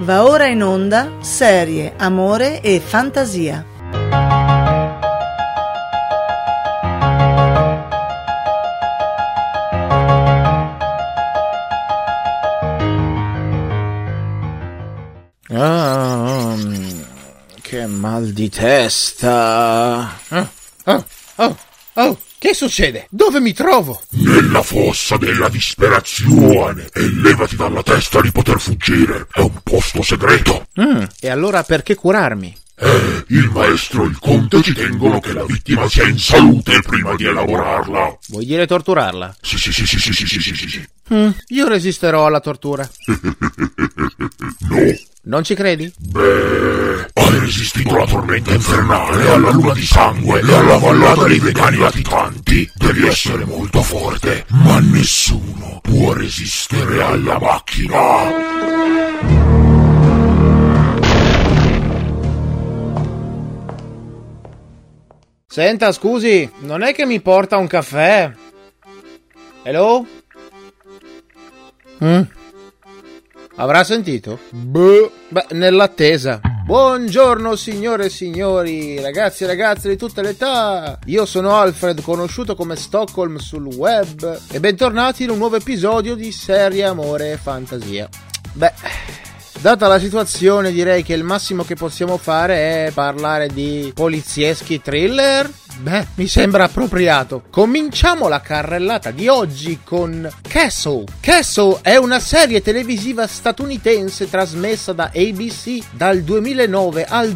Va ora in onda Serie, Amore e Fantasia. Che mal di testa. Che succede? Dove mi trovo? Nella fossa della disperazione. E levati dalla testa di poter fuggire. È un posto segreto. E allora perché curarmi? Il maestro e il conte ci tengono che la vittima sia in salute prima di elaborarla. Vuoi dire torturarla? Sì. Io resisterò alla tortura. No. Non ci credi? Beh, hai resistito alla tormenta infernale, alla luna di sangue e alla vallata dei vegani latitanti. Devi essere molto forte, ma nessuno può resistere alla macchina. Senta, scusi, non è che mi porta un caffè? Hello? Avrà sentito? Beh, nell'attesa. Buongiorno signore e signori, ragazzi e ragazze di tutte le età. Io sono Alfred, conosciuto come Stockholm sul web, e bentornati in un nuovo episodio di Serie, Amore e Fantasia. Data la situazione, direi che il massimo che possiamo fare è parlare di polizieschi thriller. Mi sembra appropriato. Cominciamo la carrellata di oggi con Castle. Castle è una serie televisiva statunitense trasmessa da ABC dal 2009 al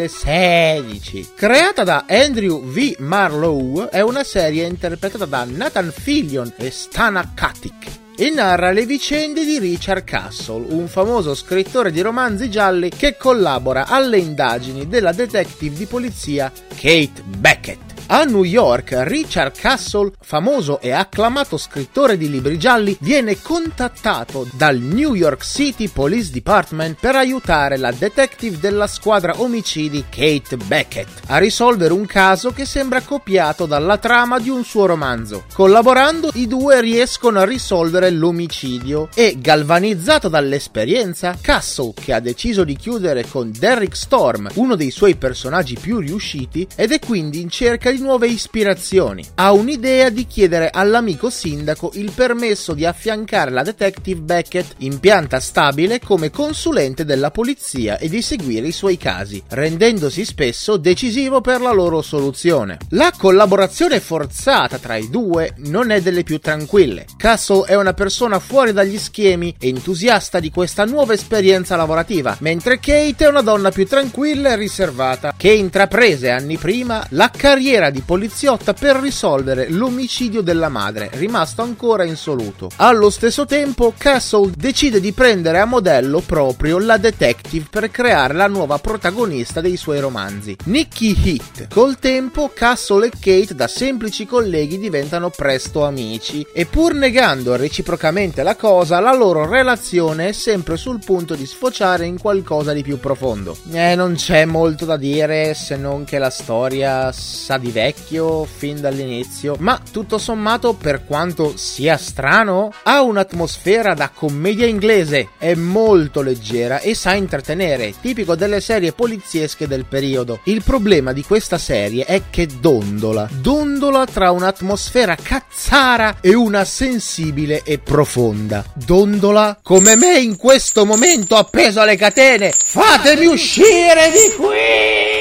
2016. Creata da Andrew V. Marlowe, è una serie interpretata da Nathan Fillion e Stana Katic e narra le vicende di Richard Castle, un famoso scrittore di romanzi gialli che collabora alle indagini della detective di polizia Kate Beckett. A New York, Richard Castle, famoso e acclamato scrittore di libri gialli, viene contattato dal New York City Police Department per aiutare la detective della squadra omicidi Kate Beckett a risolvere un caso che sembra copiato dalla trama di un suo romanzo. Collaborando, i due riescono a risolvere l'omicidio e, galvanizzato dall'esperienza, Castle, che ha deciso di chiudere con Derek Storm, uno dei suoi personaggi più riusciti, ed è quindi in cerca di nuove ispirazioni. Ha un'idea di chiedere all'amico sindaco il permesso di affiancare la detective Beckett in pianta stabile come consulente della polizia e di seguire i suoi casi, rendendosi spesso decisivo per la loro soluzione. La collaborazione forzata tra i due non è delle più tranquille. Castle è una persona fuori dagli schemi, entusiasta di questa nuova esperienza lavorativa, mentre Kate è una donna più tranquilla e riservata, che intraprese anni prima la carriera di poliziotta per risolvere l'omicidio della madre, rimasto ancora insoluto. Allo stesso tempo, Castle decide di prendere a modello proprio la detective per creare la nuova protagonista dei suoi romanzi, Nikki Heat. Col tempo, Castle e Kate, da semplici colleghi, diventano presto amici, e pur negando reciprocamente la cosa, la loro relazione è sempre sul punto di sfociare in qualcosa di più profondo. Non c'è molto da dire, se non che la storia sa di vecchio fin dall'inizio, ma tutto sommato, per quanto sia strano, ha un'atmosfera da commedia inglese, è molto leggera e sa intrattenere, tipico delle serie poliziesche del periodo. Il problema di questa serie è che dondola tra un'atmosfera cazzara e una sensibile e profonda. Dondola come me in questo momento appeso alle catene. Fatemi uscire di qui!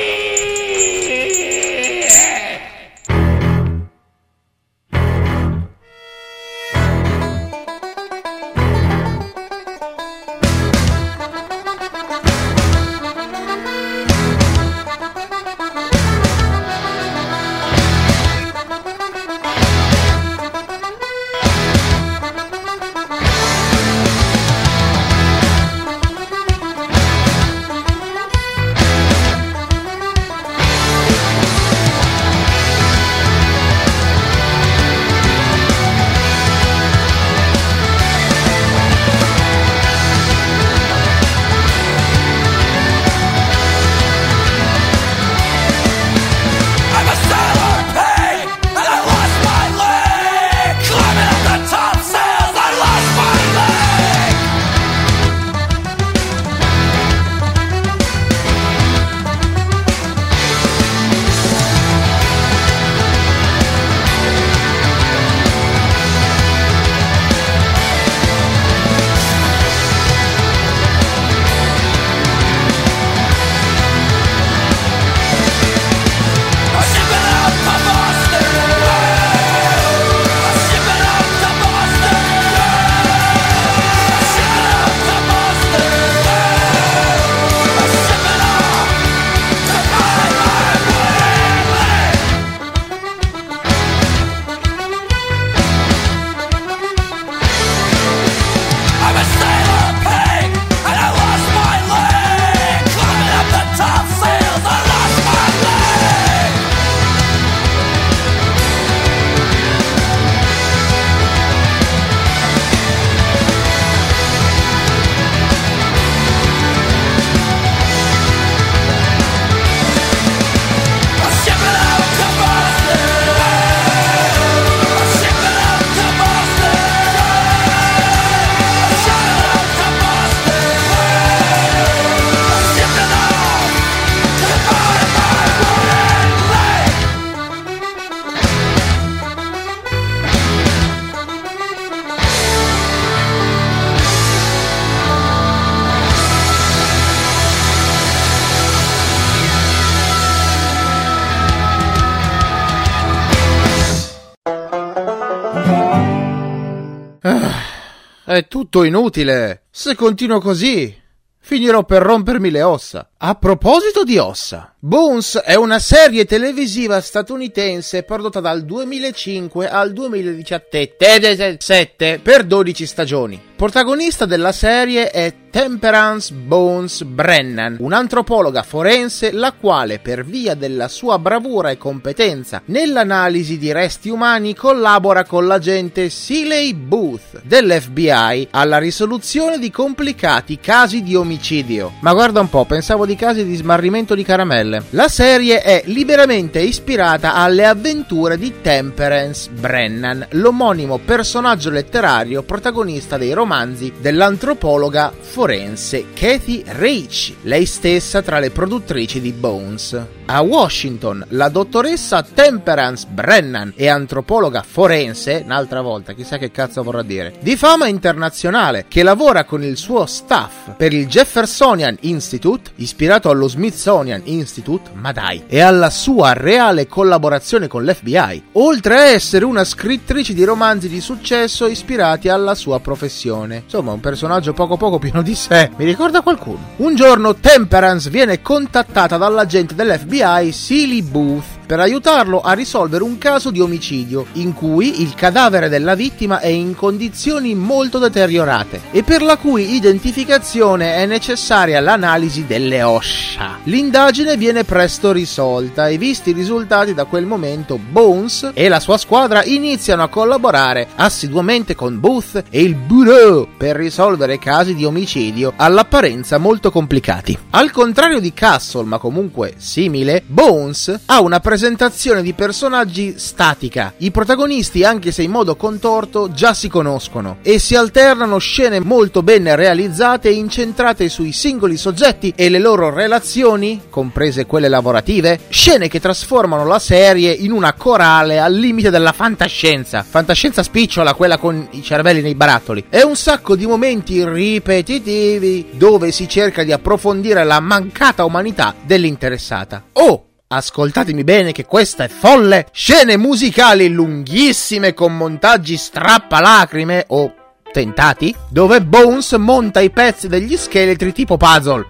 È tutto inutile. Se continuo così, finirò per rompermi le ossa. A proposito di ossa, Bones è una serie televisiva statunitense prodotta dal 2005 al 2017 per 12 stagioni. Protagonista della serie è Temperance Bones Brennan, un'antropologa forense la quale, per via della sua bravura e competenza nell'analisi di resti umani, collabora con l'agente Seeley Booth dell'FBI alla risoluzione di complicati casi di omicidio. Ma guarda un po', pensavo di casi di smarrimento di caramelle. La serie è liberamente ispirata alle avventure di Temperance Brennan, l'omonimo personaggio letterario protagonista dei romanzi dell'antropologa forense Kathy Reich, lei stessa tra le produttrici di Bones. A Washington, la dottoressa Temperance Brennan è antropologa forense, un'altra volta, chissà che cazzo vorrà dire, di fama internazionale, che lavora con il suo staff per il Jeffersonian Institute, ispirato allo Smithsonian Institute, ma dai, e alla sua reale collaborazione con l'FBI, oltre a essere una scrittrice di romanzi di successo ispirati alla sua professione. Insomma, un personaggio poco pieno di sé. Mi ricorda qualcuno? Un giorno Temperance viene contattata dall'agente dell'FBI Seeley Booth per aiutarlo a risolvere un caso di omicidio in cui il cadavere della vittima è in condizioni molto deteriorate e per la cui identificazione è necessaria l'analisi delle ossa. L'indagine viene presto risolta e, visti i risultati, da quel momento Bones e la sua squadra iniziano a collaborare assiduamente con Booth e il Bureau per risolvere casi di omicidio all'apparenza molto complicati. Al contrario di Castle, ma comunque simile, Bones ha una presentazione di personaggi statica. I protagonisti, anche se in modo contorto, già si conoscono e si alternano scene molto ben realizzate e incentrate sui singoli soggetti e le loro relazioni, comprese quelle lavorative, scene che trasformano la serie in una corale al limite della fantascienza spicciola, quella con i cervelli nei barattoli, e un sacco di momenti ripetitivi dove si cerca di approfondire la mancata umanità dell'interessata. Ascoltatemi bene che questa è folle! Scene musicali lunghissime con montaggi strappalacrime o tentati, dove Bones monta i pezzi degli scheletri tipo puzzle.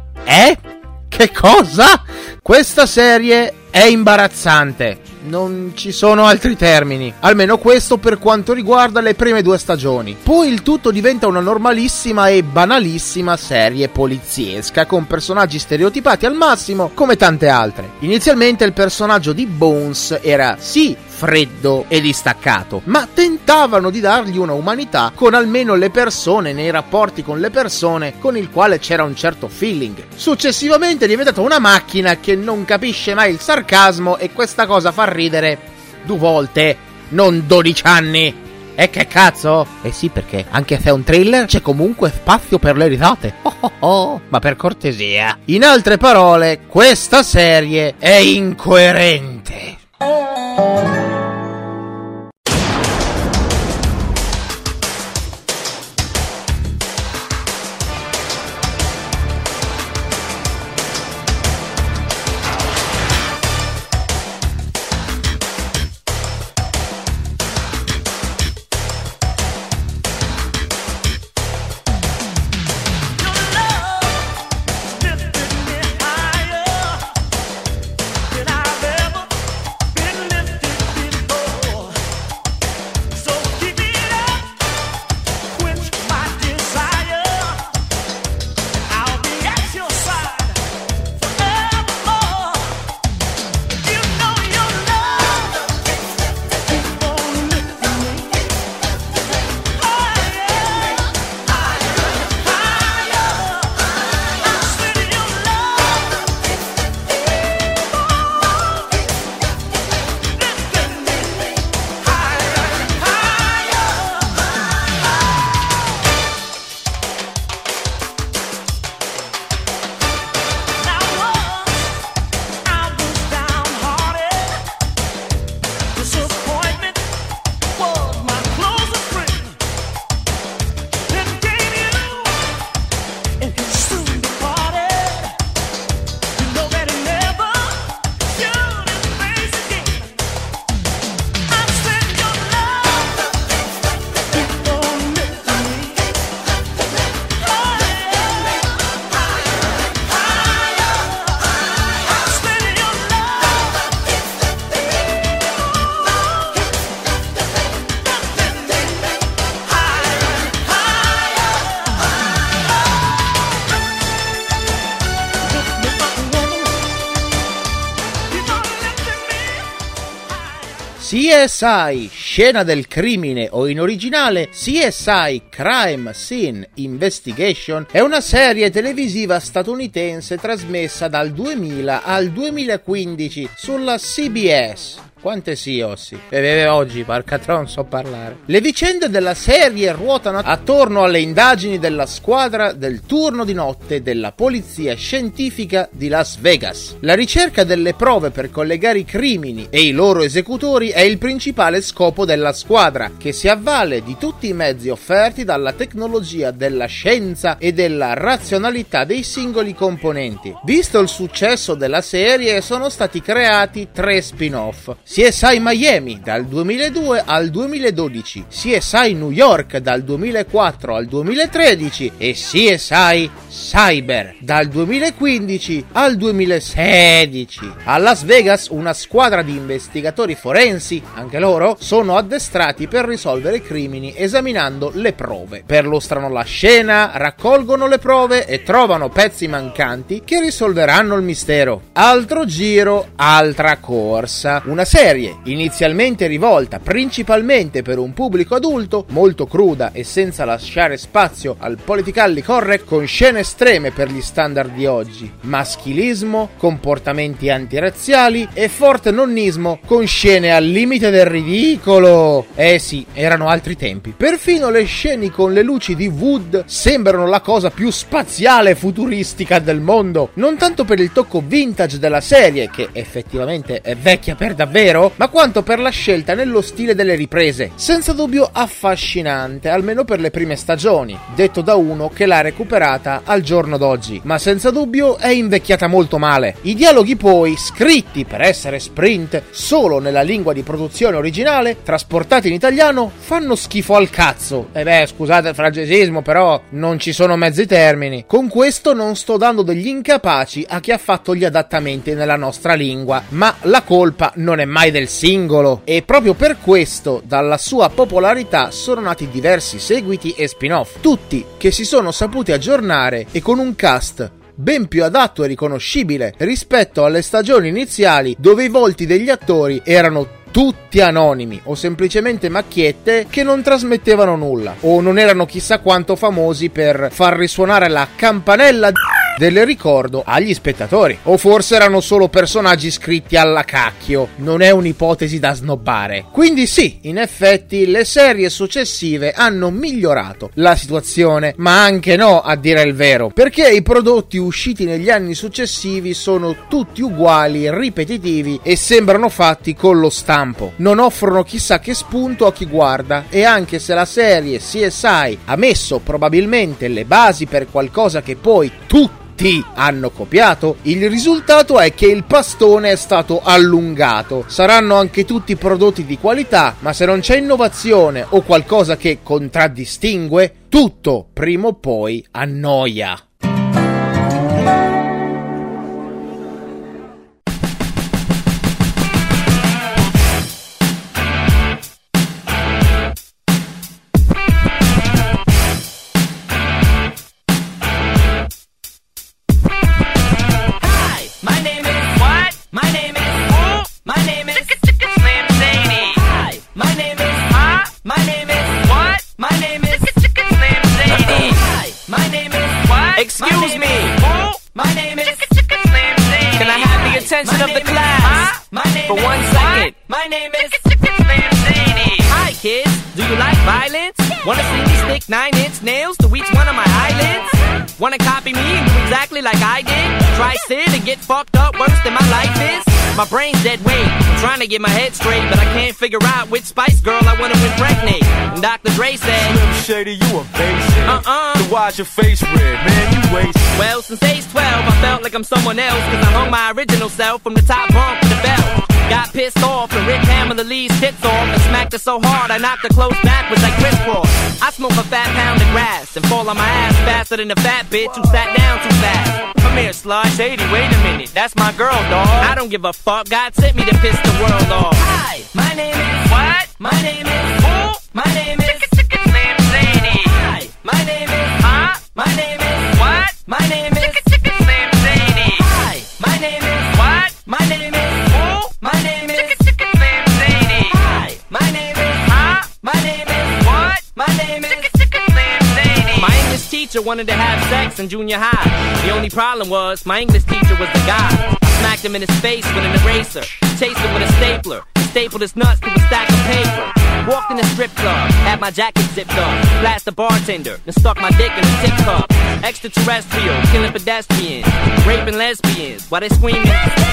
Che cosa? Questa serie è imbarazzante. Non ci sono altri termini. Almeno questo per quanto riguarda le prime 2 stagioni. Poi il tutto diventa una normalissima e banalissima serie poliziesca con personaggi stereotipati al massimo, come tante altre. Inizialmente il personaggio di Bones era sì freddo e distaccato, ma tentavano di dargli una umanità con almeno le persone, nei rapporti con le persone, con il quale c'era un certo feeling. Successivamente è diventata una macchina che non capisce mai il sarcasmo e questa cosa fa ridere 2 volte, non 12 anni. E che cazzo? Eh sì, perché anche se è un thriller c'è comunque spazio per le risate. Ma per cortesia. In altre parole, questa serie è incoerente. CSI Scena del crimine o in originale CSI Crime Scene Investigation è una serie televisiva statunitense trasmessa dal 2000 al 2015 sulla CBS. Quante sì, Ossi? Oggi, parcatron, so parlare. Le vicende della serie ruotano attorno alle indagini della squadra del turno di notte della polizia scientifica di Las Vegas. La ricerca delle prove per collegare i crimini e i loro esecutori è il principale scopo della squadra, che si avvale di tutti i mezzi offerti dalla tecnologia della scienza e della razionalità dei singoli componenti. Visto il successo della serie, sono stati creati 3 spin-off. CSI Miami dal 2002 al 2012, CSI New York dal 2004 al 2013 e CSI Cyber dal 2015 al 2016. A Las Vegas una squadra di investigatori forensi, anche loro, sono addestrati per risolvere crimini esaminando le prove. Perlustrano la scena, raccolgono le prove e trovano pezzi mancanti che risolveranno il mistero. Altro giro, altra corsa. Una serie inizialmente rivolta principalmente per un pubblico adulto, molto cruda e senza lasciare spazio al politically correct, con scene estreme per gli standard di oggi, maschilismo, comportamenti antirazziali e forte nonnismo con scene al limite del ridicolo. Sì, erano altri tempi. Perfino le scene con le luci di Wood sembrano la cosa più spaziale e futuristica del mondo, non tanto per il tocco vintage della serie, che effettivamente è vecchia per davvero, ma quanto per la scelta nello stile delle riprese. Senza dubbio affascinante, almeno per le prime stagioni, detto da uno che l'ha recuperata al giorno d'oggi, ma senza dubbio è invecchiata molto male. I dialoghi poi, scritti per essere sprint solo nella lingua di produzione originale, trasportati in italiano, fanno schifo al cazzo. Scusate il francesismo, però non ci sono mezzi termini. Con questo non sto dando degli incapaci a chi ha fatto gli adattamenti nella nostra lingua, ma la colpa non è mai del singolo, e proprio per questo dalla sua popolarità sono nati diversi seguiti e spin-off, tutti che si sono saputi aggiornare e con un cast ben più adatto e riconoscibile rispetto alle stagioni iniziali, dove i volti degli attori erano tutti anonimi o semplicemente macchiette che non trasmettevano nulla o non erano chissà quanto famosi per far risuonare la campanella del ricordo agli spettatori, o forse erano solo personaggi scritti alla cacchio. Non è un'ipotesi da snobbare. Quindi sì, in effetti le serie successive hanno migliorato la situazione, ma anche no, a dire il vero, perché i prodotti usciti negli anni successivi sono tutti uguali, ripetitivi e sembrano fatti con lo stampo. Non offrono chissà che spunto a chi guarda, e anche se la serie CSI ha messo probabilmente le basi per qualcosa che poi tutti hanno copiato, il risultato è che il pastone è stato allungato. Saranno anche tutti prodotti di qualità, ma se non c'è innovazione o qualcosa che contraddistingue, tutto prima o poi annoia. Excuse me. My name is Slam Shady. Can I have the attention of the class for 1 second? My name is Slam Shady. Hi kids, do you like violence? Wanna see me stick 9-inch nails to each one of my eyelids? Wanna copy me and do exactly like I did? Try sit and get fucked up worse than my life is? My brain's dead weight. I'm trying to get my head straight, but I can't figure out which Spice Girl I wanna impregnate. And Dr. Dre said, Slim Shady, you a basic. So why's your face red, man? You wasted. Well, since age 12, I felt like I'm someone else, cause I hung my original self from the top bunk to the belt. Got pissed off and ripped Pamela Lee's tits off and smacked her so hard I knocked her close backwards like Chris Paul. I smoke a fat pound of grass and fall on my ass faster than a fat bitch who sat down too fast. Come here, slut. Shady, wait a minute, that's my girl, dawg. I don't give a fuck, God sent me to piss the world off. Hi, my name is... What? My name is... Who? My name is... Slam Shady. Hi, my name is... Huh? My name is... What? My name is... Slam Shady. Hi, my name is... What? My name is... Who? My name is... Slam Shady. teacher wanted to have sex in junior high. The only problem was my English teacher was the guy. I smacked him in his face with an eraser, chased him with a stapler, stapled his nuts to a stack of paper. Walked in a strip club, had my jacket zipped up, blast the bartender, and stuck my dick in a tip cup. Extraterrestrial, killing pedestrians, raping lesbians, while they screaming.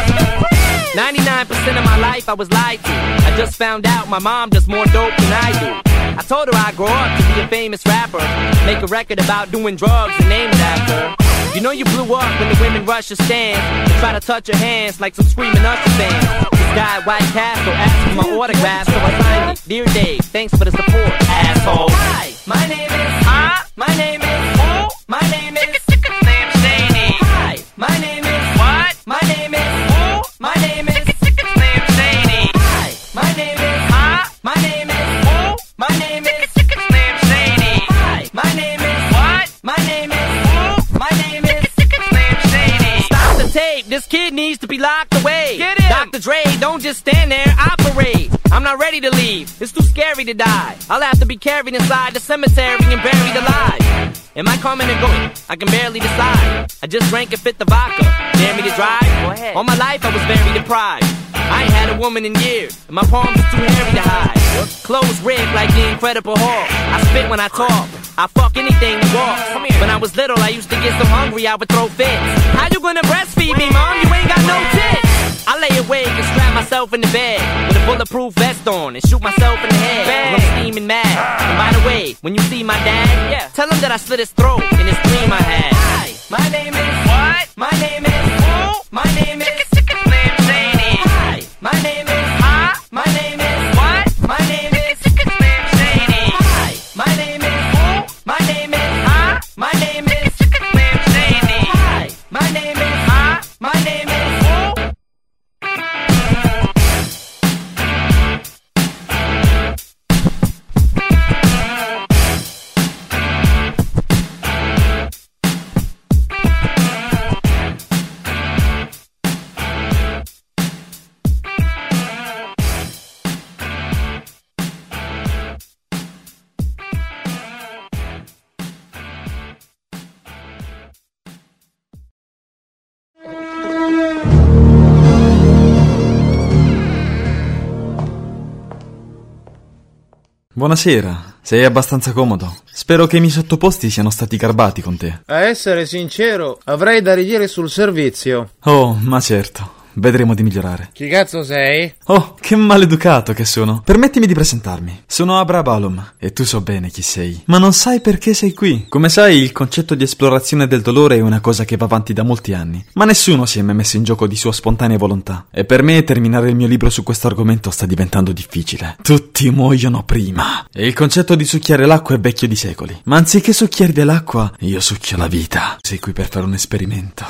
99% of my life I was lied to. I just found out my mom does more dope than I do. I told her I'd grow up to be a famous rapper, make a record about doing drugs and name it after. You know you blew up when the women rush your stand and try to touch your hands like some screaming Usher fans. This guy at White Castle asked for my autograph, so I signed it. Dear Dave, thanks for the support, asshole. Hi, my name is. My name is. Who? My name is. Slim Shady. Hi, my name is. What? My name is. Who? My name is. Slim Shady. Hi, my name is. My name is. Who? My name is. Slim Shady. Hi, my name is. What? My name is. Who? My name is. Slim Shady. Stop the tape. This kid needs to be locked away. Get him. Dr. Dre, don't just stand there, operate. I'm not ready to leave. It's too scary to die. I'll have to be carried inside the cemetery and buried alive. Am I coming or going? I can barely decide. I just drank and fit the vodka. Dare me to drive? Go ahead. All my life I was very deprived. I ain't had a woman in years, and my palms are too hairy to hide. Clothes rigged like the Incredible Hulk. I spit when I talk. I fuck anything that walks. When I was little, I used to get so hungry I would throw fits. How you gonna breastfeed me, mom? You ain't got no tits. I lay awake and strap myself in the bed with a bulletproof vest on and shoot myself in the head. I'm steaming mad. And by the way, when you see my dad, tell him that I slit his throat in this dream I had. Hi, my name is. What? My name is. Who? My name is. Slim Shady. Hi, my name is. My name is. What? My name is. Slim Shady. Hi, my name is. Who? My name is. My name is. Slim Shady. Hi, my name is. My name is. Who? Buonasera, sei abbastanza comodo? Spero che i miei sottoposti siano stati garbati con te. A essere sincero, avrei da ridire sul servizio. Oh, ma certo, vedremo di migliorare. Chi cazzo sei? Oh, che maleducato che sono. Permettimi di presentarmi. Sono Abra Balum e tu so bene chi sei. Ma non sai perché sei qui. Come sai, il concetto di esplorazione del dolore è una cosa che va avanti da molti anni, ma nessuno si è mai messo in gioco di sua spontanea volontà. E per me terminare il mio libro su questo argomento sta diventando difficile. Tutti muoiono prima. E il concetto di succhiare l'acqua è vecchio di secoli. Ma anziché succhiare dell'acqua, io succhio la vita. Sei qui per fare un esperimento.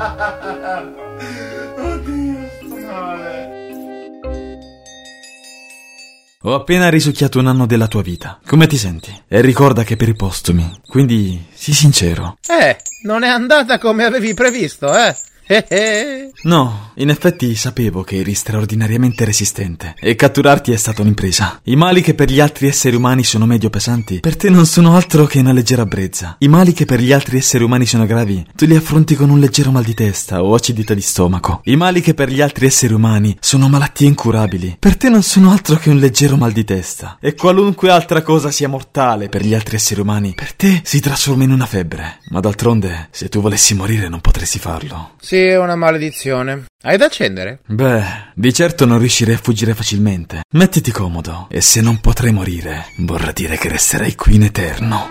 Ho appena risucchiato un anno della tua vita. Come ti senti? E ricorda che per i postumi, quindi sii sincero. Non è andata come avevi previsto, No, in effetti sapevo che eri straordinariamente resistente e catturarti è stata un'impresa. I mali che per gli altri esseri umani sono medio pesanti, per te non sono altro che una leggera brezza. I mali che per gli altri esseri umani sono gravi, tu li affronti con un leggero mal di testa o acidità di stomaco. I mali che per gli altri esseri umani sono malattie incurabili, per te non sono altro che un leggero mal di testa. E qualunque altra cosa sia mortale per gli altri esseri umani, per te si trasforma in una febbre. Ma d'altronde, se tu volessi morire non potresti farlo. Sì, è una maledizione. Hai da accendere? Beh, di certo non riuscirei a fuggire facilmente. Mettiti comodo, e se non potrai morire, vorrà dire che resterai qui in eterno.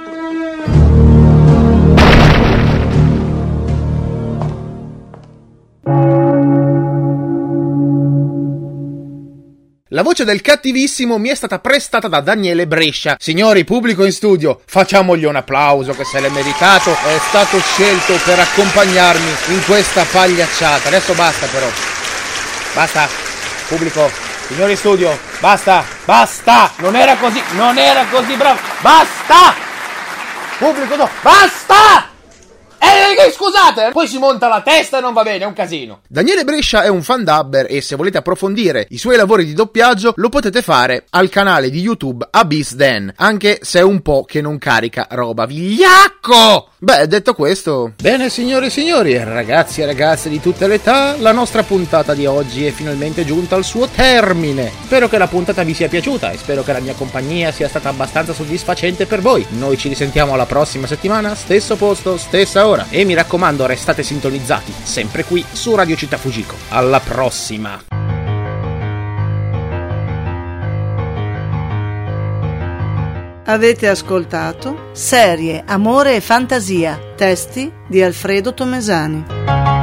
La voce del cattivissimo mi è stata prestata da Daniele Brescia. Signori, pubblico in studio, facciamogli un applauso che se l'è meritato. È stato scelto per accompagnarmi in questa pagliacciata. Adesso basta però. Basta. Pubblico, signori in studio, basta. Non era così bravo. Basta. Pubblico, no, basta. Scusate, poi si monta la testa e non va bene, è un casino. Daniele Brescia è un fan dubber e se volete approfondire i suoi lavori di doppiaggio lo potete fare al canale di YouTube Abyss Dan, anche se è un po' che non carica roba vigliacco. Beh, detto questo, bene signori e signori, ragazzi e ragazze di tutte le età, la nostra puntata di oggi è finalmente giunta al suo termine. Spero che la puntata vi sia piaciuta e spero che la mia compagnia sia stata abbastanza soddisfacente per voi. Noi ci risentiamo la prossima settimana, stesso posto, stessa ora. E mi raccomando, restate sintonizzati, sempre qui su Radio Città Fujiko. Alla prossima! Avete ascoltato Serie, Amore e Fantasia, testi di Alfredo Tomesani.